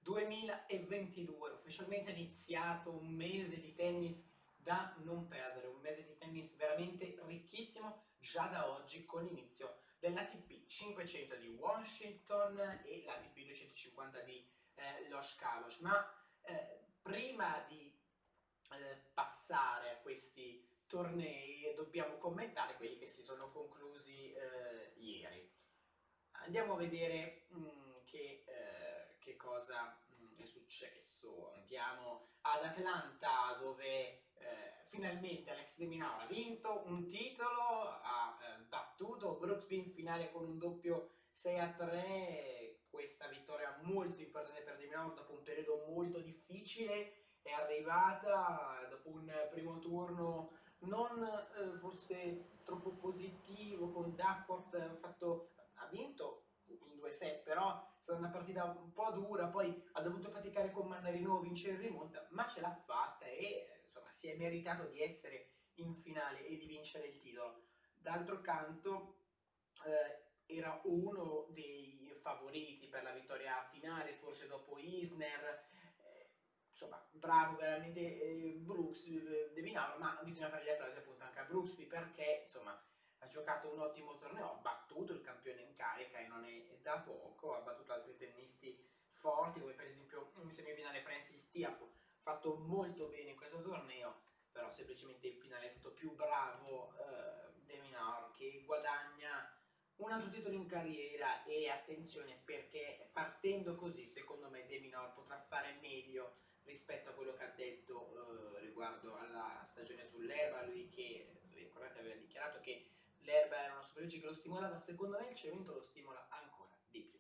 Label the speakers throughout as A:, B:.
A: 2022, ufficialmente è iniziato un mese di tennis da non perdere, un mese di tennis veramente ricchissimo già da oggi con l'inizio dell'ATP 500 di Washington e l'ATP 250 di Los Cabos. Ma prima di passare a questi tornei dobbiamo commentare quelli che si sono conclusi ieri. Andiamo a vedere che cosa è successo. Andiamo ad Atlanta dove finalmente Alex de Minaur ha vinto un titolo, ha battuto Brooksby in finale con un doppio 6-3. Questa vittoria molto importante per de Minaur dopo un periodo molto difficile. È arrivata dopo un primo turno non forse troppo positivo con Duckworth, ha vinto in 2 set, però è stata una partita un po' dura, poi ha dovuto faticare con Mannarino a vincere in rimonta, ma ce l'ha fatta e insomma si è meritato di essere in finale e di vincere il titolo. D'altro canto era uno dei favoriti per la vittoria finale, forse dopo Isner. Insomma, bravo veramente De Minaur, ma bisogna fare gli applausi appunto anche a Brooksby perché insomma ha giocato un ottimo torneo, ha battuto il campione in carica e non è da poco, ha battuto altri tennisti forti come per esempio in semifinale Francis Tiafoe, ha fatto molto bene in questo torneo, però semplicemente in finale è stato più bravo De Minaur che guadagna un altro titolo in carriera e attenzione perché partendo così secondo me De Minaur potrà fare meglio rispetto a quello che ha detto riguardo alla stagione sull'erba, lui che, ricordate, aveva dichiarato che l'erba era una superficie che lo stimolava, secondo me il cemento lo stimola ancora di più.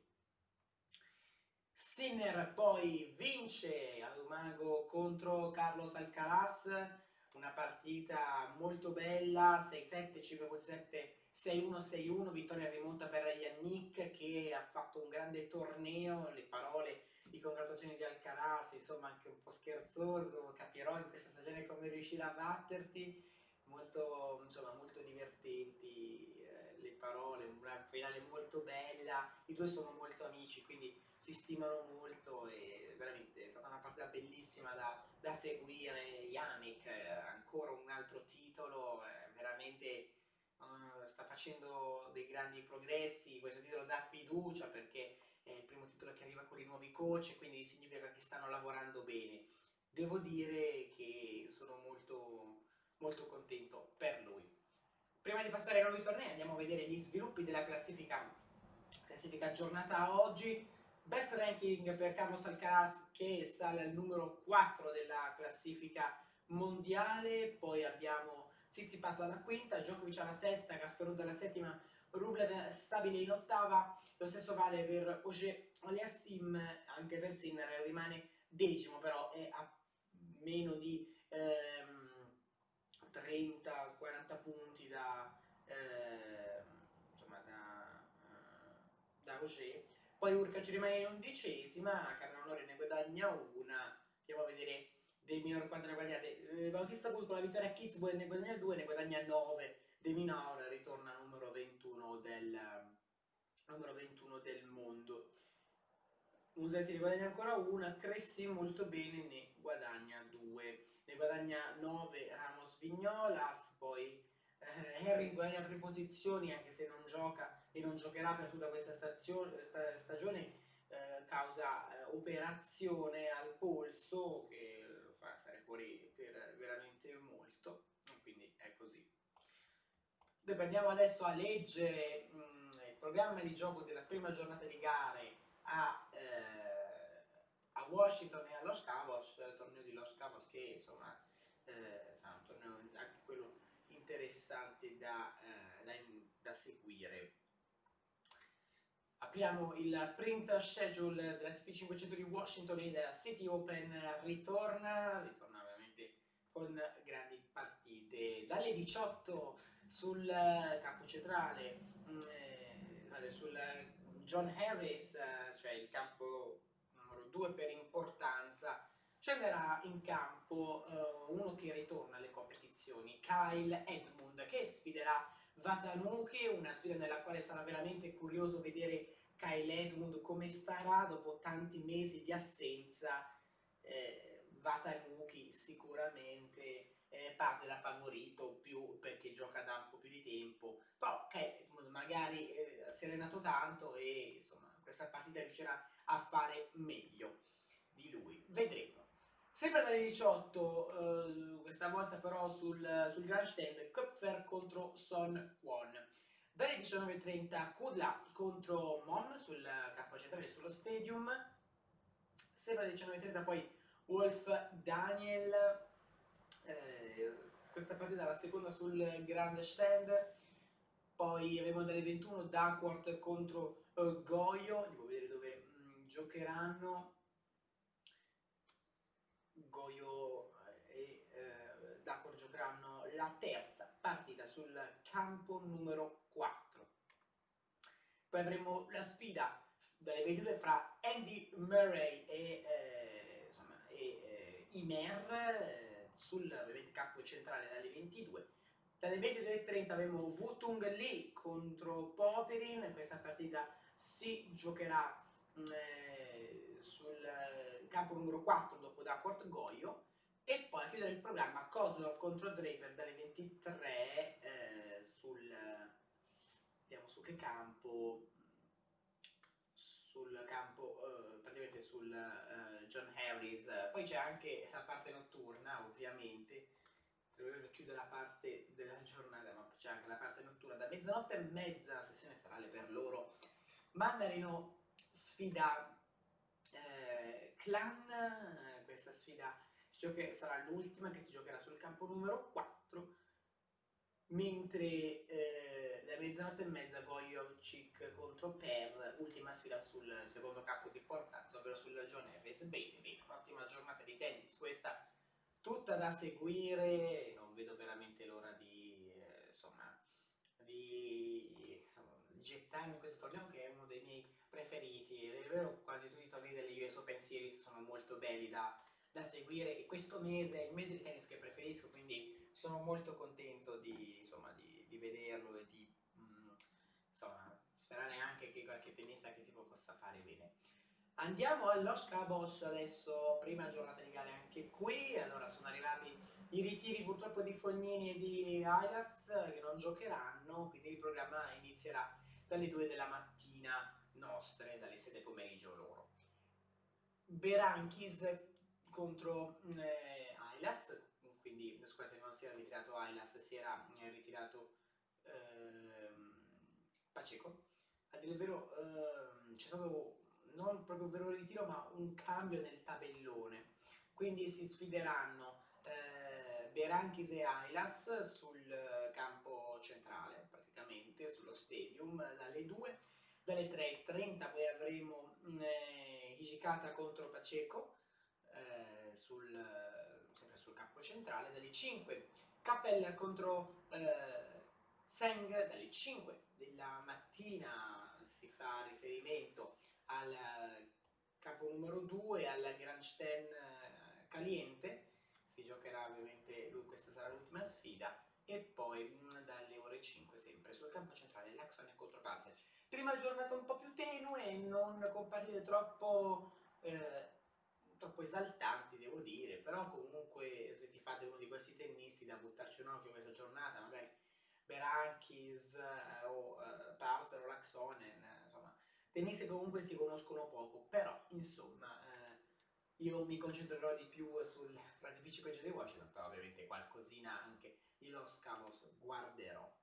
A: Sinner poi vince al Mago contro Carlos Alcaraz, una partita molto bella, 6-7, 5-7, 6-1, 6-1, vittoria in rimonta per Yannick che ha fatto un grande torneo, le parole di congratulazioni di Alcaraz, insomma anche un po' scherzoso, capirò in questa stagione come riuscire a batterti, molto, insomma, molto divertenti le parole, una finale molto bella, i due sono molto amici, quindi si stimano molto e veramente è stata una partita bellissima da seguire. Yannick, ancora un altro titolo, veramente sta facendo dei grandi progressi, questo titolo dà fiducia perché è il primo titolo che arriva con i nuovi coach, quindi significa che stanno lavorando bene. Devo dire che sono molto, molto contento per lui. Prima di passare ai nuovi tornei andiamo a vedere gli sviluppi della classifica aggiornata oggi. Best ranking per Carlos Alcaraz che sale al numero 4 della classifica mondiale, poi abbiamo Tsitsipas alla quinta, Djokovic alla sesta, Gasperud alla settima, Rublev stabile in ottava, lo stesso vale per Auger Aliassime, anche per Sinner rimane decimo, però è a meno di 30-40 punti insomma, da Auger. Poi Urkac rimane in undicesima, Carnanori ne guadagna una, andiamo a vedere dei minor quante ne guadagnate. Bautista Agut con la vittoria a Kitzbühel ne guadagna 2, ne guadagna 9, De Minaur ritorna numero 21 del mondo. Musetti ne guadagna ancora una, Cressy molto bene ne guadagna 2, ne guadagna 9 Ramos Vignolas, poi Harris guadagna 3 posizioni anche se non gioca e non giocherà per tutta questa stagione causa operazione al polso che lo fa stare fuori per veramente molto, e quindi è così. Noi andiamo adesso a leggere il programma di gioco della prima giornata di gare a Washington e a Los Cabos, il torneo di Los Cabos che insomma sarà un torneo anche quello interessante da seguire. Apriamo il print schedule dell'ATP 500 di Washington, il City Open ritorna ovviamente con grandi partite. Dalle 18 sul campo centrale, sul John Harris, cioè il campo numero 2 per importanza, scenderà in campo uno che ritorna alle competizioni, Kyle Edmund, che sfiderà Vatanuki, una sfida nella quale sarà veramente curioso vedere Kyle Edmund come starà dopo tanti mesi di assenza. Watanuki sicuramente parte da favorito più perché gioca da un po' più di tempo, però Kyle Edmund magari si è allenato tanto e insomma questa partita riuscirà a fare meglio di lui, vedremo. Sempre dalle 18, questa volta però sul grandstand, Köpfer contro Son Kwon. Dalle 19.30 Kudla contro Mon sul campo centrale sullo stadium. Sempre alle 19.30 poi Wolf Daniel. Questa partita la seconda sul grandstand. Poi avremo dalle 21 Duckworth contro Goyo. Devo vedere dove giocheranno. Goyo e Duckworth giocheranno la terza partita sul campo numero 4. Poi avremo la sfida dalle 22 fra Andy Murray e Imer sul ovviamente campo centrale dalle 22. Dalle 22.30 avremo Wutung Lee contro Popperin. Questa partita si giocherà sul campo numero 4 dopo Duckworth Goyo. E poi a chiudere il programma Kozlov contro Draper dalle 23 vediamo su che campo, sul campo praticamente sul John Harris. Poi c'è anche la parte notturna ovviamente, dovevo chiudere la parte della giornata, ma c'è anche la parte notturna da mezzanotte e mezza, la sessione serale per loro. Mandarino sfida Clan, questa sfida sarà l'ultima che si giocherà sul campo numero 4, mentre da mezzanotte e mezza Gojovcic contro Per, ultima sfida sul secondo campo di importanza, ovvero sul John Harris. Bene, un'ottima giornata di tennis questa, tutta da seguire, non vedo veramente l'ora di gettarmi in questo torneo che è uno dei miei preferiti, ed è vero quasi tutti i tornei delle US Open Series sono molto belli da seguire, e questo mese è il mese di tennis che preferisco, quindi sono molto contento di vederlo e di sperare anche che qualche tennista che tipo possa fare bene. Andiamo all'Os Cabos adesso, prima giornata di gare anche qui. Allora sono arrivati i ritiri purtroppo di Fognini e di Ailas che non giocheranno, quindi il programma inizierà dalle 2 della mattina nostre, dalle 7 del pomeriggio loro. Berankis contro Ailas, quindi scusate, non si era ritirato Ailas, si era ritirato Pacheco. A dire il vero c'è stato non proprio un vero ritiro ma un cambio nel tabellone, quindi si sfideranno Berankis e Ailas sul campo centrale, praticamente sullo stadium dalle 2. Dalle 3.30 poi avremo Hijikata contro Pacheco sempre sul campo centrale. Dalle 5 Capella contro Zheng. Dalle 5 della mattina si fa riferimento al campo numero 2, al Grandstand Caliente. Si giocherà ovviamente questa sarà l'ultima sfida, e poi dalle ore 5 sempre sul campo centrale l'Axone contro Basel. Prima giornata un po' più tenue, non con partite troppo esaltanti devo dire, però comunque se ti fate uno di questi tennisti da buttarci un occhio questa giornata, magari Berankis o Parser o Laxonen, insomma tennisti che comunque si conoscono poco, però insomma io mi concentrerò di più sulla TPC peggio di Washington, però ovviamente qualcosina anche di Los Cabos guarderò.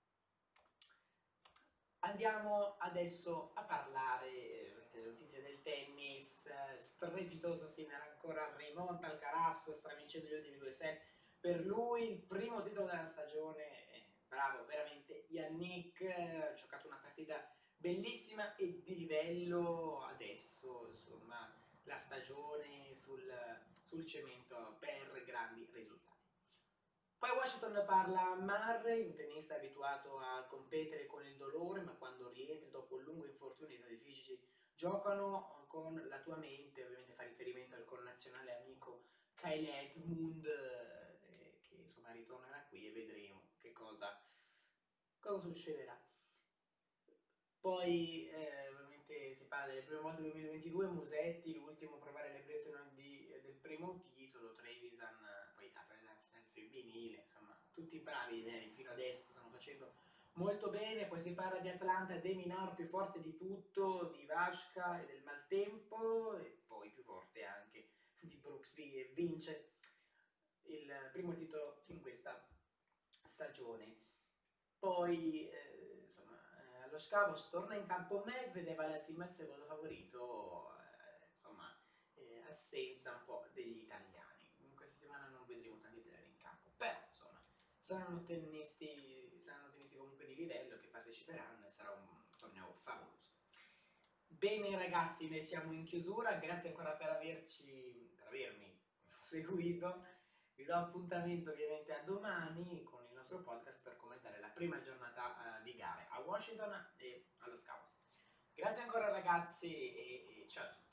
A: Andiamo adesso a parlare delle notizie del tennis. Strepitoso Sinner ancora rimonta Alcaraz, stravincendo gli ultimi 2 set per lui, il primo titolo della stagione. Bravo veramente Yannick, ha giocato una partita bellissima e di livello. Adesso insomma la stagione sul cemento per grandi risultati. Poi Washington parla a Murray, un tennista abituato a competere con il dolore, ma quando rientri dopo un lungo infortunio i sacrifici giocano con la tua mente. Ovviamente fa riferimento al connazionale amico Kyle Edmund, che insomma ritornerà qui e vedremo che cosa succederà. Poi ovviamente si parla delle prime volte 2022, Musetti, l'ultimo a provare l'ebbrezza del primo titolo, Trevisan, poi apre le danze nel femminile, insomma, tutti bravi fino adesso, stanno facendo molto bene. Poi si parla di Atlanta, De Minaur più forte di tutto, di Vashka e del maltempo, e poi più forte anche di Brooksby, e vince il primo titolo in questa stagione. Poi allo Scavos torna in campo Medvedev, alla cima il secondo favorito, assenza un po' degli italiani. In questa settimana non vedremo tanti italiani in campo, però insomma saranno tennisti comunque di livello che parteciperanno e sarà un torneo favoloso. Bene ragazzi, ne siamo in chiusura, grazie ancora per avermi seguito. Vi do appuntamento ovviamente a domani con il nostro podcast per commentare la prima giornata di gare a Washington e allo Scavos. Grazie ancora ragazzi e ciao a tutti.